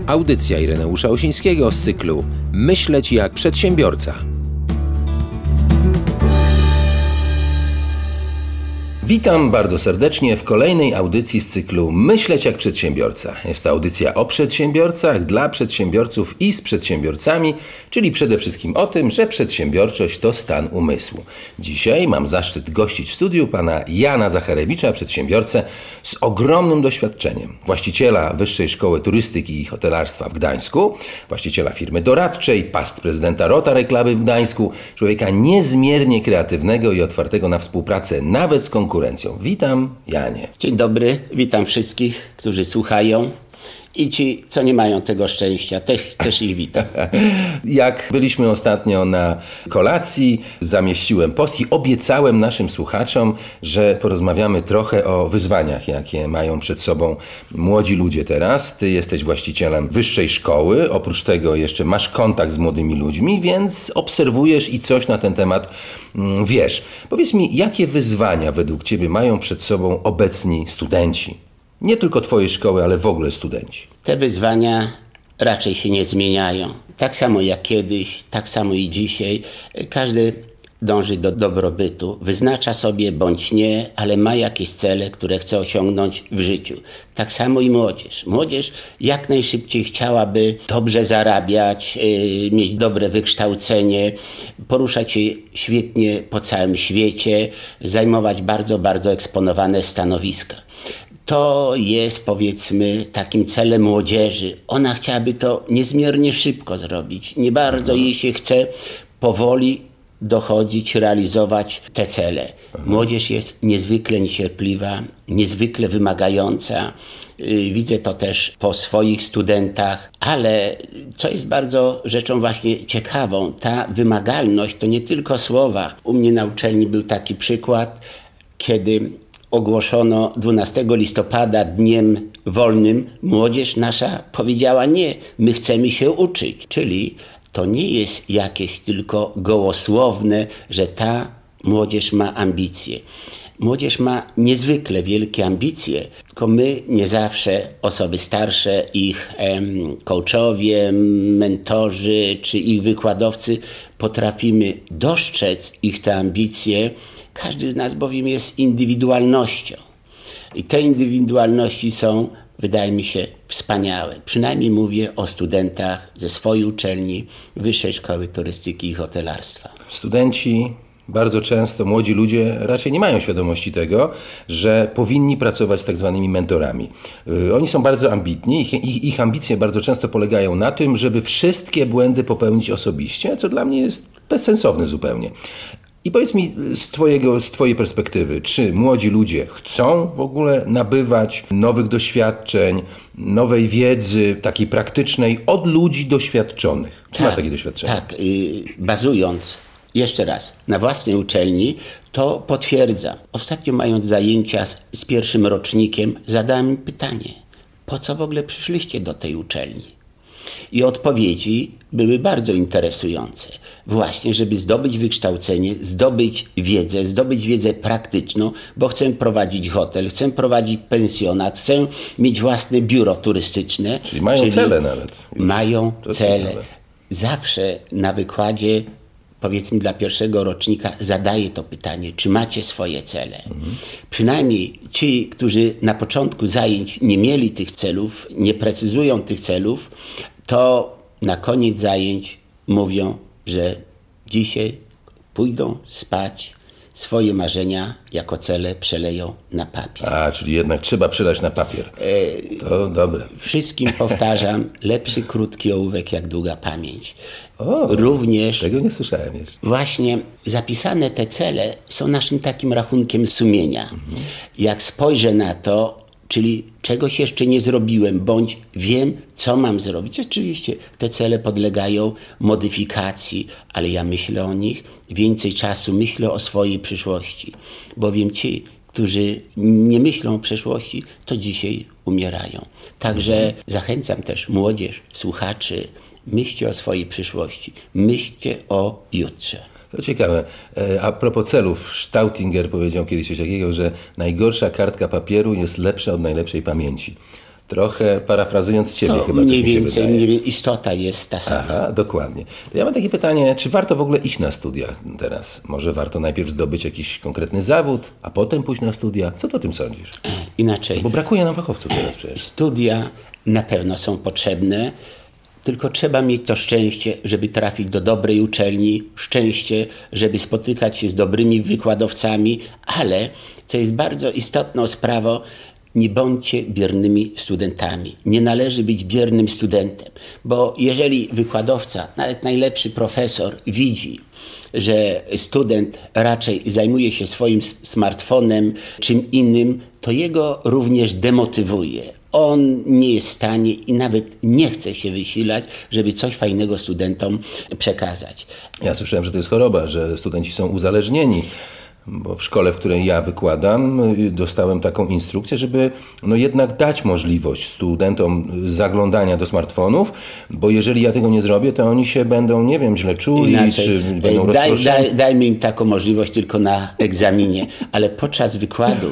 Audycja Ireneusza Osińskiego z cyklu Myśleć jak przedsiębiorca. Witam bardzo serdecznie w kolejnej audycji z cyklu Myśleć jak przedsiębiorca. Jest to audycja o przedsiębiorcach, dla przedsiębiorców i z przedsiębiorcami, czyli przede wszystkim o tym, że przedsiębiorczość to stan umysłu. Dzisiaj mam zaszczyt gościć w studiu pana Jana Zacharewicza, przedsiębiorcę z ogromnym doświadczeniem. Właściciela Wyższej Szkoły Turystyki i Hotelarstwa w Gdańsku, właściciela firmy doradczej, past prezydenta Rotary Kluby w Gdańsku, człowieka niezmiernie kreatywnego i otwartego na współpracę nawet z konkurencją. Witam, Janie. Dzień dobry, witam wszystkich, którzy słuchają i ci, co nie mają tego szczęścia, też ich witam. Jak byliśmy ostatnio na kolacji, zamieściłem post i obiecałem naszym słuchaczom, że porozmawiamy trochę o wyzwaniach, jakie mają przed sobą młodzi ludzie teraz. Ty jesteś właścicielem wyższej szkoły, oprócz tego jeszcze masz kontakt z młodymi ludźmi, więc obserwujesz i coś na ten temat wiesz. Powiedz mi, jakie wyzwania według ciebie mają przed sobą obecni studenci? Nie tylko twojej szkoły, ale w ogóle studenci. Te wyzwania raczej się nie zmieniają. Tak samo jak kiedyś, tak samo i dzisiaj. Każdy dąży do dobrobytu, wyznacza sobie bądź nie, ale ma jakieś cele, które chce osiągnąć w życiu. Tak samo i młodzież. Młodzież jak najszybciej chciałaby dobrze zarabiać, mieć dobre wykształcenie, poruszać się świetnie po całym świecie, zajmować bardzo, bardzo eksponowane stanowiska. To jest, powiedzmy, takim celem młodzieży. Ona chciałaby to niezmiernie szybko zrobić. Nie bardzo jej się chce powoli dochodzić, realizować te cele. Młodzież jest niezwykle niecierpliwa, niezwykle wymagająca. Widzę to też po swoich studentach, ale co jest bardzo rzeczą właśnie ciekawą, ta wymagalność to nie tylko słowa. U mnie na uczelni był taki przykład, kiedy ogłoszono 12 listopada dniem wolnym, młodzież nasza powiedziała nie, my chcemy się uczyć. Czyli to nie jest jakieś tylko gołosłowne, że ta młodzież ma ambicje. Młodzież ma niezwykle wielkie ambicje, tylko my nie zawsze, osoby starsze, ich coachowie, mentorzy czy ich wykładowcy potrafimy dostrzec ich te ambicje. Każdy z nas bowiem jest indywidualnością i te indywidualności są, wydaje mi się, wspaniałe. Przynajmniej mówię o studentach ze swojej uczelni Wyższej Szkoły Turystyki i Hotelarstwa. Studenci, bardzo często młodzi ludzie raczej nie mają świadomości tego, że powinni pracować z tak zwanymi mentorami. Oni są bardzo ambitni, ich ambicje bardzo często polegają na tym, żeby wszystkie błędy popełnić osobiście, co dla mnie jest bezsensowne zupełnie. I powiedz mi z twojej perspektywy, czy młodzi ludzie chcą w ogóle nabywać nowych doświadczeń, nowej wiedzy, takiej praktycznej od ludzi doświadczonych? Czy masz takie doświadczenie? Tak, bazując jeszcze raz na własnej uczelni, to potwierdzam. Ostatnio mając zajęcia z pierwszym rocznikiem, zadałem im pytanie, po co w ogóle przyszliście do tej uczelni? I odpowiedzi były bardzo interesujące. Właśnie, żeby zdobyć wykształcenie, zdobyć wiedzę praktyczną, bo chcę prowadzić hotel, chcę prowadzić pensjonat, chcę mieć własne biuro turystyczne. Czyli mają cele nawet. Mają cele. Zawsze na wykładzie, powiedzmy dla pierwszego rocznika, zadaję to pytanie, czy macie swoje cele. Przynajmniej ci, którzy na początku zajęć nie mieli tych celów, nie precyzują tych celów, to na koniec zajęć mówią, że dzisiaj pójdą spać, swoje marzenia jako cele przeleją na papier. Czyli jednak trzeba przelać na papier. To dobre. Wszystkim powtarzam, lepszy krótki ołówek jak długa pamięć. Również tego nie słyszałem jeszcze. Właśnie zapisane te cele są naszym takim rachunkiem sumienia. Jak spojrzę na to, czyli czegoś jeszcze nie zrobiłem, bądź wiem, co mam zrobić. Oczywiście te cele podlegają modyfikacji, ale ja myślę o nich, więcej czasu myślę o swojej przyszłości. Bowiem ci, którzy nie myślą o przeszłości, to dzisiaj umierają. Także zachęcam też młodzież, słuchaczy, myślcie o swojej przyszłości, myślcie o jutrze. To ciekawe. A propos celów, Stautinger powiedział kiedyś coś takiego, że najgorsza kartka papieru jest lepsza od najlepszej pamięci. Trochę parafrazując Ciebie To chyba, coś mniej mi się więcej, wydaje. istota jest ta sama. Aha, dokładnie. To ja mam takie pytanie, czy warto w ogóle iść na studia teraz? Może warto najpierw zdobyć jakiś konkretny zawód, a potem pójść na studia? Co ty o tym sądzisz? Inaczej. Bo brakuje nam fachowców teraz przecież. Studia na pewno są potrzebne, tylko trzeba mieć to szczęście, żeby trafić do dobrej uczelni, szczęście, żeby spotykać się z dobrymi wykładowcami, ale, co jest bardzo istotną sprawą, nie bądźcie biernymi studentami. Nie należy być biernym studentem, bo jeżeli wykładowca, nawet najlepszy profesor widzi, że student raczej zajmuje się swoim smartfonem, czym innym, to jego również demotywuje. On nie jest w stanie i nawet nie chce się wysilać, żeby coś fajnego studentom przekazać. Ja słyszałem, że to jest choroba, że studenci są uzależnieni. Bo w szkole, w której ja wykładam, dostałem taką instrukcję, żeby jednak dać możliwość studentom zaglądania do smartfonów, bo jeżeli ja tego nie zrobię, to oni się będą, nie wiem, źle czuli, Inaczej, czy będą rozproszeni. dajmy im taką możliwość tylko na egzaminie, ale podczas wykładu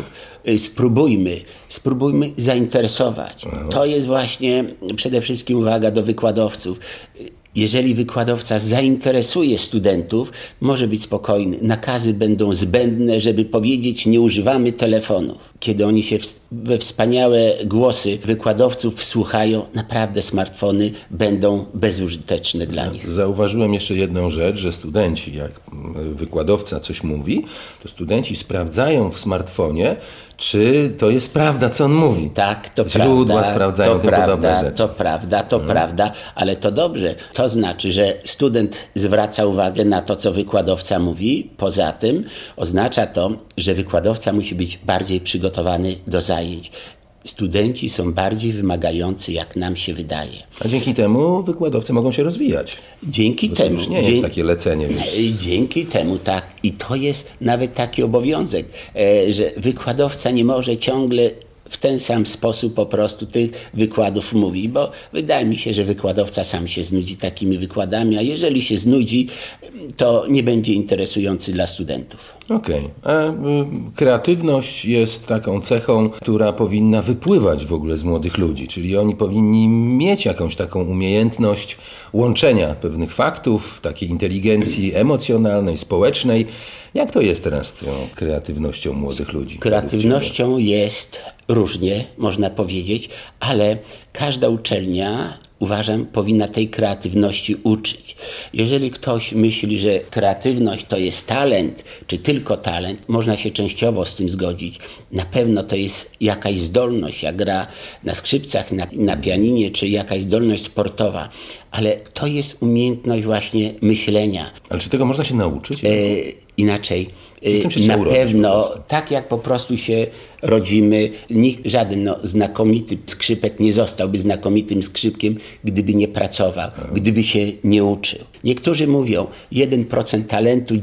spróbujmy zainteresować. To jest właśnie przede wszystkim uwaga do wykładowców. Jeżeli wykładowca zainteresuje studentów, może być spokojny. Nakazy będą zbędne, żeby powiedzieć, nie używamy telefonów. Kiedy oni się we wspaniałe głosy wykładowców wsłuchają, naprawdę smartfony będą bezużyteczne dla nich. Zauważyłem jeszcze jedną rzecz, że studenci, jak wykładowca coś mówi, to studenci sprawdzają w smartfonie, czy to jest prawda, co on mówi. Tak, to Źródła prawda, sprawdzają to tym podobne rzeczy. To prawda, ale to dobrze. To znaczy, że student zwraca uwagę na to, co wykładowca mówi. Poza tym oznacza to, że wykładowca musi być bardziej przygotowany do zajęć. Studenci są bardziej wymagający, jak nam się wydaje. A dzięki temu wykładowcy mogą się rozwijać. Dzięki To temu. już nie jest takie lecenie. Dzięki temu, tak. I to jest nawet taki obowiązek, że wykładowca nie może ciągle w ten sam sposób po prostu tych wykładów mówi, bo wydaje mi się, że wykładowca sam się znudzi takimi wykładami, a jeżeli się znudzi, to nie będzie interesujący dla studentów. Okej. A kreatywność jest taką cechą, która powinna wypływać w ogóle z młodych ludzi, czyli oni powinni mieć jakąś taką umiejętność łączenia pewnych faktów, takiej inteligencji emocjonalnej, społecznej. Jak to jest teraz z tą kreatywnością młodych ludzi? Kreatywnością jest różnie, można powiedzieć, ale każda uczelnia, uważam, powinna tej kreatywności uczyć. Jeżeli ktoś myśli, że kreatywność to jest talent, czy tylko talent, można się częściowo z tym zgodzić. Na pewno to jest jakaś zdolność, jak gra na skrzypcach, na pianinie, czy jakaś zdolność sportowa, ale to jest umiejętność właśnie myślenia. Ale czy tego można się nauczyć? Inaczej, tym się trzeba na urodzić pewno, tak jak po prostu się rodzimy, żaden znakomity skrzypek nie zostałby znakomitym skrzypkiem, gdyby nie pracował, gdyby się nie uczył. Niektórzy mówią 1% talentu,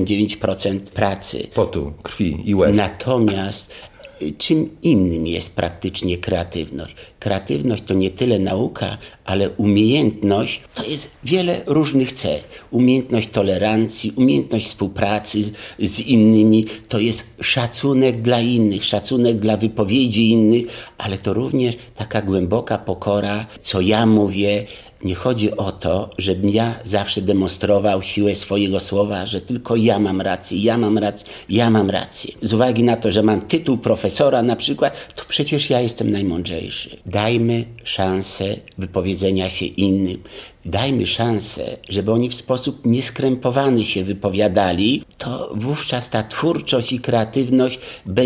99% pracy. Potu, krwi i łez. Natomiast czym innym jest praktycznie kreatywność? Kreatywność to nie tyle nauka, ale umiejętność to jest wiele różnych cech. Umiejętność tolerancji, umiejętność współpracy z innymi, to jest szacunek dla innych, szacunek dla wypowiedzi innych, ale to również taka głęboka pokora, co ja mówię. Nie chodzi o to, żebym ja zawsze demonstrował siłę swojego słowa, że tylko ja mam rację, ja mam rację, ja mam rację. Z uwagi na to, że mam tytuł profesora na przykład, to przecież ja jestem najmądrzejszy. Dajmy szansę wypowiedzenia się innym. Dajmy szansę, żeby oni w sposób nieskrępowany się wypowiadali, to wówczas ta twórczość i kreatywność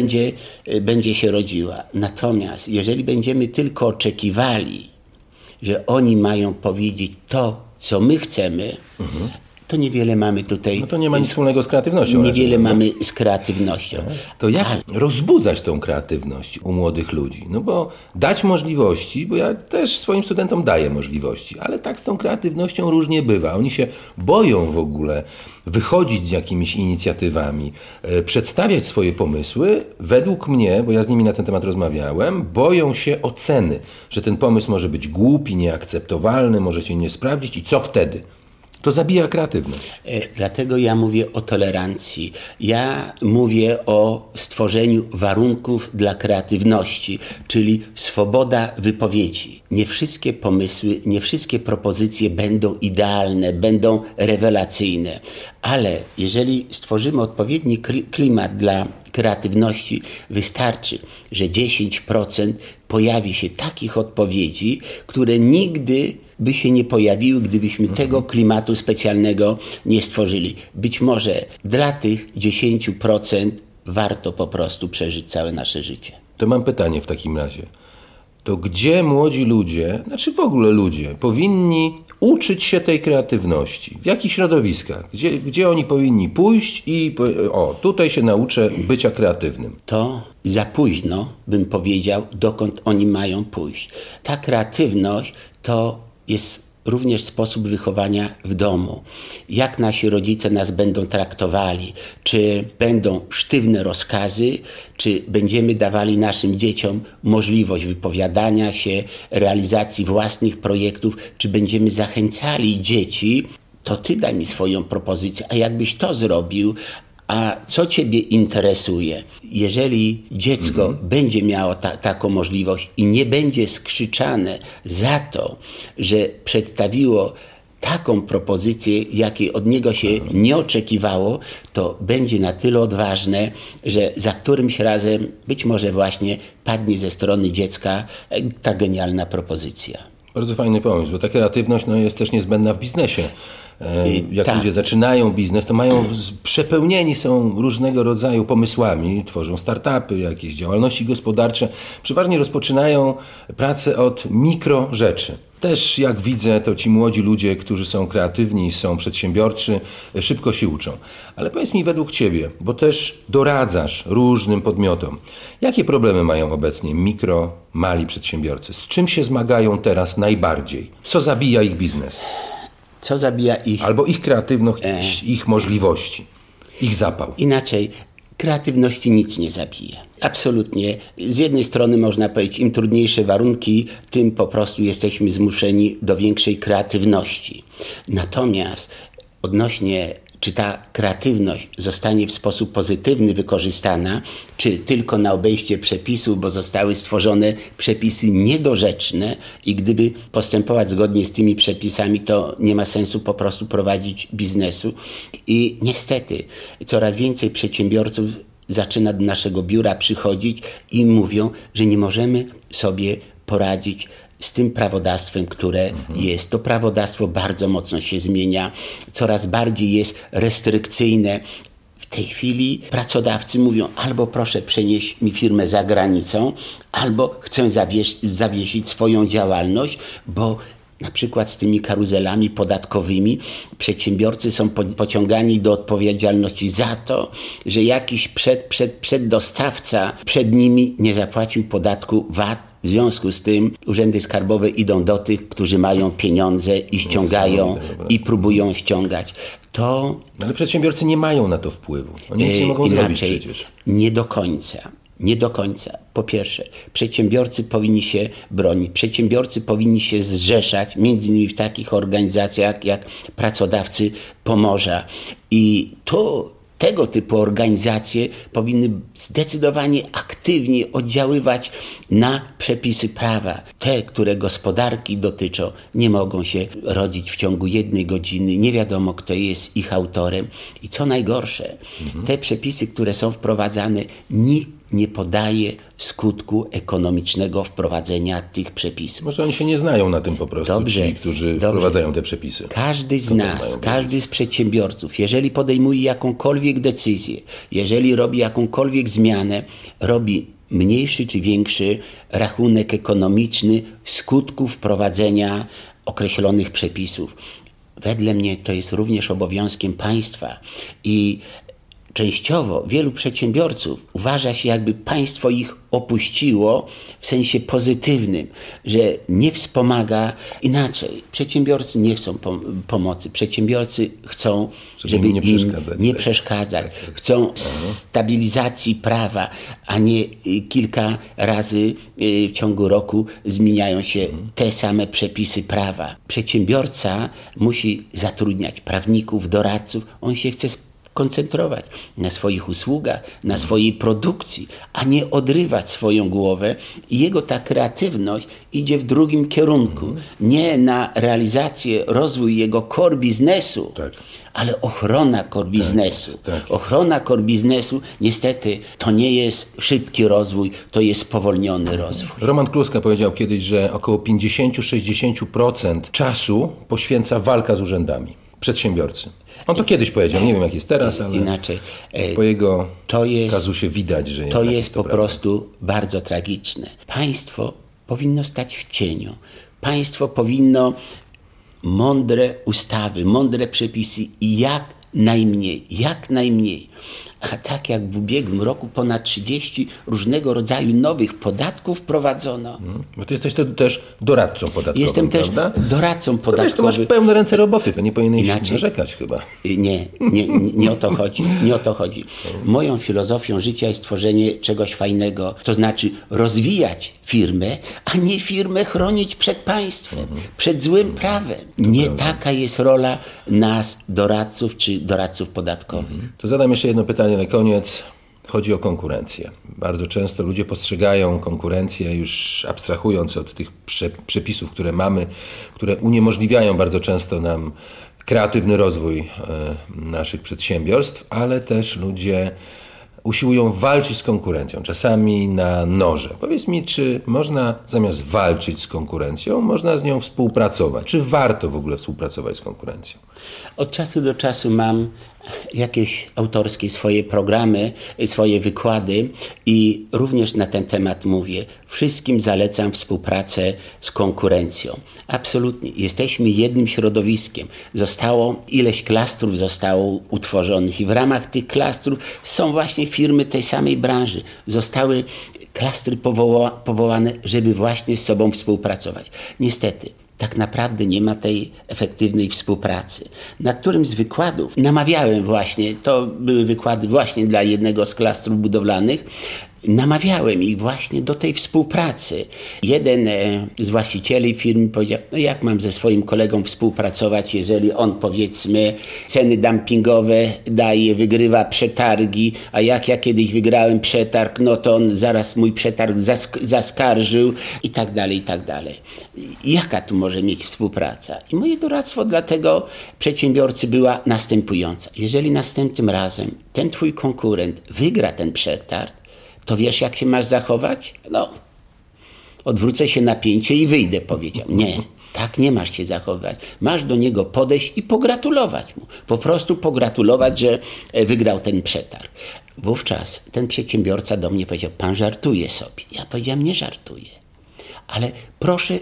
będzie się rodziła. Natomiast jeżeli będziemy tylko oczekiwali, że oni mają powiedzieć to, co my chcemy, to niewiele mamy tutaj. No to nie ma nic wspólnego z kreatywnością. Niewiele raczej, mamy z kreatywnością. To jak rozbudzać tą kreatywność u młodych ludzi? No bo dać możliwości, bo ja też swoim studentom daję możliwości, ale tak z tą kreatywnością różnie bywa. Oni się boją w ogóle wychodzić z jakimiś inicjatywami, przedstawiać swoje pomysły. Według mnie, bo ja z nimi na ten temat rozmawiałem, boją się oceny, że ten pomysł może być głupi, nieakceptowalny, może się nie sprawdzić i co wtedy? To zabija kreatywność. Dlatego ja mówię o tolerancji. Ja mówię o stworzeniu warunków dla kreatywności, czyli swoboda wypowiedzi. Nie wszystkie pomysły, nie wszystkie propozycje będą idealne, będą rewelacyjne, ale jeżeli stworzymy odpowiedni klimat dla kreatywności, wystarczy, że 10% pojawi się takich odpowiedzi, które nigdy by się nie pojawiły, gdybyśmy tego klimatu specjalnego nie stworzyli. Być może dla tych 10% warto po prostu przeżyć całe nasze życie. To mam pytanie w takim razie. To gdzie młodzi ludzie, znaczy w ogóle ludzie, powinni uczyć się tej kreatywności? W jakich środowiskach? Gdzie oni powinni pójść i tutaj się nauczę bycia kreatywnym? To za późno, bym powiedział, dokąd oni mają pójść. Ta kreatywność to jest również sposób wychowania w domu. Jak nasi rodzice nas będą traktowali, czy będą sztywne rozkazy, czy będziemy dawali naszym dzieciom możliwość wypowiadania się, realizacji własnych projektów, czy będziemy zachęcali dzieci, to ty daj mi swoją propozycję, a jakbyś to zrobił, a co ciebie interesuje? Jeżeli dziecko będzie miało taką możliwość i nie będzie skrzyczane za to, że przedstawiło taką propozycję, jakiej od niego się nie oczekiwało, to będzie na tyle odważne, że za którymś razem być może właśnie padnie ze strony dziecka ta genialna propozycja. Bardzo fajny pomysł, bo ta kreatywność jest też niezbędna w biznesie. Jak tak. ludzie zaczynają biznes, to przepełnieni są różnego rodzaju pomysłami, tworzą startupy, jakieś działalności gospodarcze. Przeważnie rozpoczynają pracę od mikro rzeczy. Też jak widzę, to ci młodzi ludzie, którzy są kreatywni, są przedsiębiorczy, szybko się uczą. Ale powiedz mi według ciebie, bo też doradzasz różnym podmiotom, jakie problemy mają obecnie mali przedsiębiorcy? Z czym się zmagają teraz najbardziej? Co zabija ich biznes? Co zabija ich? Albo ich kreatywność, ich możliwości, ich zapał. Inaczej, kreatywności nic nie zabije. Absolutnie. Z jednej strony można powiedzieć, im trudniejsze warunki, tym po prostu jesteśmy zmuszeni do większej kreatywności. Natomiast odnośnie czy ta kreatywność zostanie w sposób pozytywny wykorzystana, czy tylko na obejście przepisów, bo zostały stworzone przepisy niedorzeczne i gdyby postępować zgodnie z tymi przepisami, to nie ma sensu po prostu prowadzić biznesu. I niestety coraz więcej przedsiębiorców zaczyna do naszego biura przychodzić i mówią, że nie możemy sobie poradzić z tym prawodawstwem, które jest. To prawodawstwo bardzo mocno się zmienia, coraz bardziej jest restrykcyjne. W tej chwili pracodawcy mówią, albo proszę przenieść mi firmę za granicą, albo chcę zawiesić swoją działalność, bo na przykład z tymi karuzelami podatkowymi przedsiębiorcy są pociągani do odpowiedzialności za to, że jakiś przeddostawca przed nimi nie zapłacił podatku VAT. W związku z tym urzędy skarbowe idą do tych, którzy mają pieniądze i ściągają i próbują ściągać. Ale przedsiębiorcy nie mają na to wpływu. Oni nic nie mogą zrobić przecież. Nie do końca. Nie do końca. Po pierwsze, przedsiębiorcy powinni się bronić, przedsiębiorcy powinni się zrzeszać, między innymi w takich organizacjach jak Pracodawcy Pomorza. I tego typu organizacje powinny zdecydowanie aktywnie oddziaływać na przepisy prawa. Te, które gospodarki dotyczą, nie mogą się rodzić w ciągu 1 godziny. Nie wiadomo, kto jest ich autorem. I co najgorsze, te przepisy, które są wprowadzane, nikt nie podaje skutku ekonomicznego wprowadzenia tych przepisów. Może oni się nie znają na tym po prostu, ci, którzy wprowadzają te przepisy. Każdy z nas, każdy z przedsiębiorców, jeżeli podejmuje jakąkolwiek decyzję, jeżeli robi jakąkolwiek zmianę, robi mniejszy czy większy rachunek ekonomiczny skutku wprowadzenia określonych przepisów. Wedle mnie to jest również obowiązkiem państwa i częściowo wielu przedsiębiorców uważa się, jakby państwo ich opuściło w sensie pozytywnym, że nie wspomaga. Inaczej, przedsiębiorcy nie chcą pomocy. Przedsiębiorcy chcą, żeby im nie przeszkadzać. Chcą stabilizacji prawa, a nie kilka razy w ciągu roku zmieniają się te same przepisy prawa. Przedsiębiorca musi zatrudniać prawników, doradców. On się chce koncentrować na swoich usługach, na swojej produkcji, a nie odrywać swoją głowę i jego ta kreatywność idzie w drugim kierunku. Nie na realizację, rozwój jego core biznesu, ale ochrona core biznesu. Ochrona core biznesu niestety to nie jest szybki rozwój, to jest spowolniony rozwój. Roman Kluska powiedział kiedyś, że około 50-60% czasu poświęca walka z urzędami. Przedsiębiorcy. On to kiedyś powiedział, nie wiem jak jest teraz, ale inaczej. Po jego kazusie widać, że to jest po prostu bardzo tragiczne. Państwo powinno stać w cieniu. Państwo powinno mądre ustawy, mądre przepisy i jak najmniej. A tak jak w ubiegłym roku ponad 30 różnego rodzaju nowych podatków wprowadzono. Bo ty jesteś też doradcą podatkowym, Jestem też prawda? doradcą podatkowym. To masz pełne ręce roboty, to nie powinieneś narzekać chyba. Nie o to chodzi. Moją filozofią życia jest tworzenie czegoś fajnego, to znaczy rozwijać firmę, a nie firmę chronić przed państwem, przed złym prawem. Nie taka jest rola nas, doradców czy doradców podatkowych. To zadam jeszcze jedno pytanie na koniec. Chodzi o konkurencję. Bardzo często ludzie postrzegają konkurencję, już abstrahując od tych przepisów, które mamy, które uniemożliwiają bardzo często nam kreatywny rozwój naszych przedsiębiorstw, ale też ludzie usiłują walczyć z konkurencją, czasami na noże. Powiedz mi, czy można zamiast walczyć z konkurencją, można z nią współpracować? Czy warto w ogóle współpracować z konkurencją? Od czasu do czasu mam jakieś autorskie swoje programy, swoje wykłady i również na ten temat mówię. Wszystkim zalecam współpracę z konkurencją. Absolutnie. Jesteśmy jednym środowiskiem. Ileś klastrów zostało utworzonych i w ramach tych klastrów są właśnie firmy tej samej branży. Zostały klastry powołane, żeby właśnie z sobą współpracować. Niestety, tak naprawdę nie ma tej efektywnej współpracy. Na którymś z wykładów namawiałem właśnie, to były wykłady właśnie dla jednego z klastrów budowlanych, namawiałem ich właśnie do tej współpracy. Jeden z właścicieli firmy powiedział, no jak mam ze swoim kolegą współpracować, jeżeli on powiedzmy ceny dumpingowe daje, wygrywa przetargi, a jak ja kiedyś wygrałem przetarg, no to on zaraz mój przetarg zaskarżył i tak dalej, i tak dalej. Jaka tu może mieć współpraca? I moje doradztwo dla tego przedsiębiorcy była następująca. Jeżeli następnym razem ten twój konkurent wygra ten przetarg, to wiesz, jak się masz zachować? No, odwrócę się na pięcie i wyjdę, powiedział. Nie, tak nie masz się zachować. Masz do niego podejść i pogratulować mu. Po prostu pogratulować, że wygrał ten przetarg. Wówczas ten przedsiębiorca do mnie powiedział, pan żartuje sobie. Ja powiedziałem, nie żartuję. Ale proszę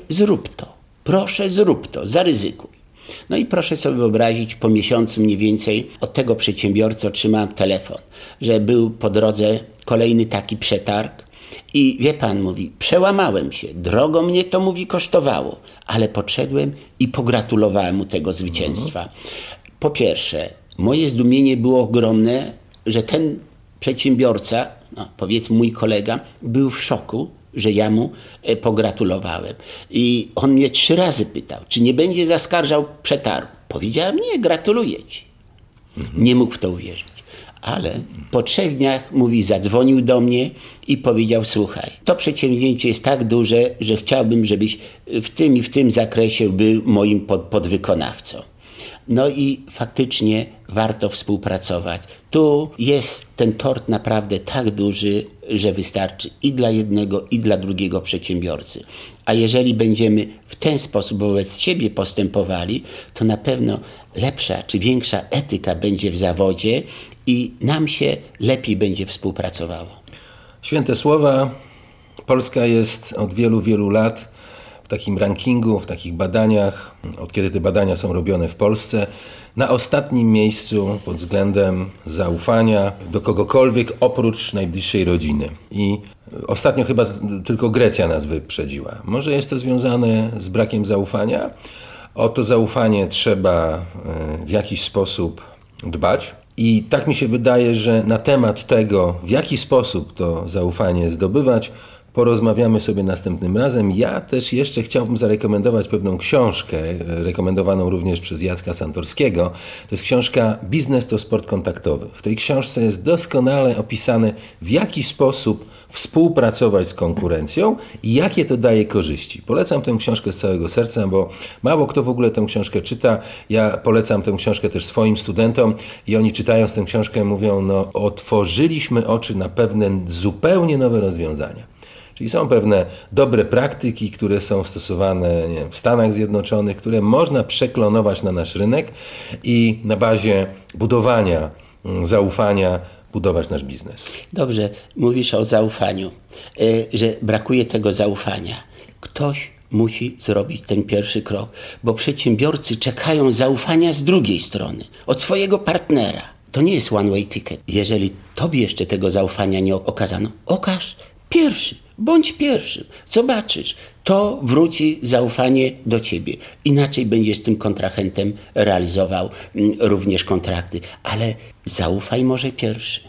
zrób to, zaryzykuj. No i proszę sobie wyobrazić, po miesiącu mniej więcej od tego przedsiębiorcy otrzymałem telefon, że był po drodze kolejny taki przetarg i wie pan, mówi, przełamałem się, drogo mnie to, mówi, kosztowało, ale podszedłem i pogratulowałem mu tego zwycięstwa. Po pierwsze, moje zdumienie było ogromne, że ten przedsiębiorca, no powiedzmy mój kolega, był w szoku, że ja mu pogratulowałem. I on mnie 3 razy pytał, czy nie będzie zaskarżał przetargu. Powiedziałem, nie, gratuluję ci. Nie mógł w to uwierzyć. Ale po 3 dniach, mówi, zadzwonił do mnie i powiedział, słuchaj, to przedsięwzięcie jest tak duże, że chciałbym, żebyś w tym i w tym zakresie był moim podwykonawcą. No i faktycznie warto współpracować. Tu jest ten tort naprawdę tak duży, że wystarczy i dla jednego, i dla drugiego przedsiębiorcy. A jeżeli będziemy w ten sposób wobec siebie postępowali, to na pewno lepsza czy większa etyka będzie w zawodzie i nam się lepiej będzie współpracowało. Święte słowa. Polska jest od wielu, wielu lat w takim rankingu, w takich badaniach, od kiedy te badania są robione w Polsce, na ostatnim miejscu pod względem zaufania do kogokolwiek oprócz najbliższej rodziny. I ostatnio chyba tylko Grecja nas wyprzedziła. Może jest to związane z brakiem zaufania? O to zaufanie trzeba w jakiś sposób dbać. I tak mi się wydaje, że na temat tego, w jaki sposób to zaufanie zdobywać, porozmawiamy sobie następnym razem. Ja też jeszcze chciałbym zarekomendować pewną książkę, rekomendowaną również przez Jacka Santorskiego. To jest książka Biznes to sport kontaktowy. W tej książce jest doskonale opisane, w jaki sposób współpracować z konkurencją i jakie to daje korzyści. Polecam tę książkę z całego serca, bo mało kto w ogóle tę książkę czyta. Ja polecam tę książkę też swoim studentom i oni czytając tę książkę mówią, no otworzyliśmy oczy na pewne zupełnie nowe rozwiązania. Czyli są pewne dobre praktyki, które są stosowane w Stanach Zjednoczonych, które można przeklonować na nasz rynek i na bazie budowania zaufania budować nasz biznes. Dobrze, mówisz o zaufaniu, że brakuje tego zaufania. Ktoś musi zrobić ten pierwszy krok, bo przedsiębiorcy czekają zaufania z drugiej strony, od swojego partnera. To nie jest one way ticket. Jeżeli tobie jeszcze tego zaufania nie okazano, okaż pierwszy. Bądź pierwszym. Zobaczysz, to wróci zaufanie do ciebie. Inaczej będziesz z tym kontrahentem realizował również kontrakty. Ale zaufaj może pierwszy.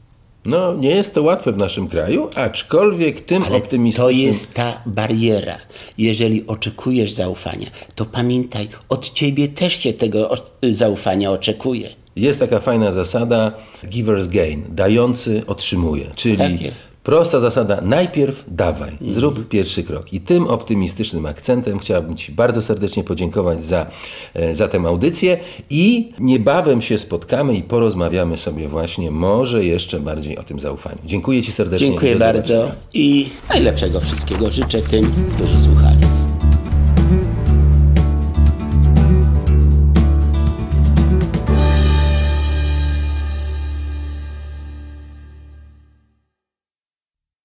No, nie jest to łatwe w naszym kraju, aczkolwiek tym Ale optymistycznym... to jest ta bariera. Jeżeli oczekujesz zaufania, to pamiętaj, od ciebie też się tego zaufania oczekuje. Jest taka fajna zasada giver's gain, dający otrzymuje, czyli Tak jest. prosta zasada, najpierw dawaj, zrób pierwszy krok. I tym optymistycznym akcentem chciałbym Ci bardzo serdecznie podziękować za tę audycję i niebawem się spotkamy i porozmawiamy sobie właśnie może jeszcze bardziej o tym zaufaniu. Dziękuję Ci serdecznie. Dziękuję Do bardzo zobaczenia. i najlepszego wszystkiego życzę tym, którzy słuchali.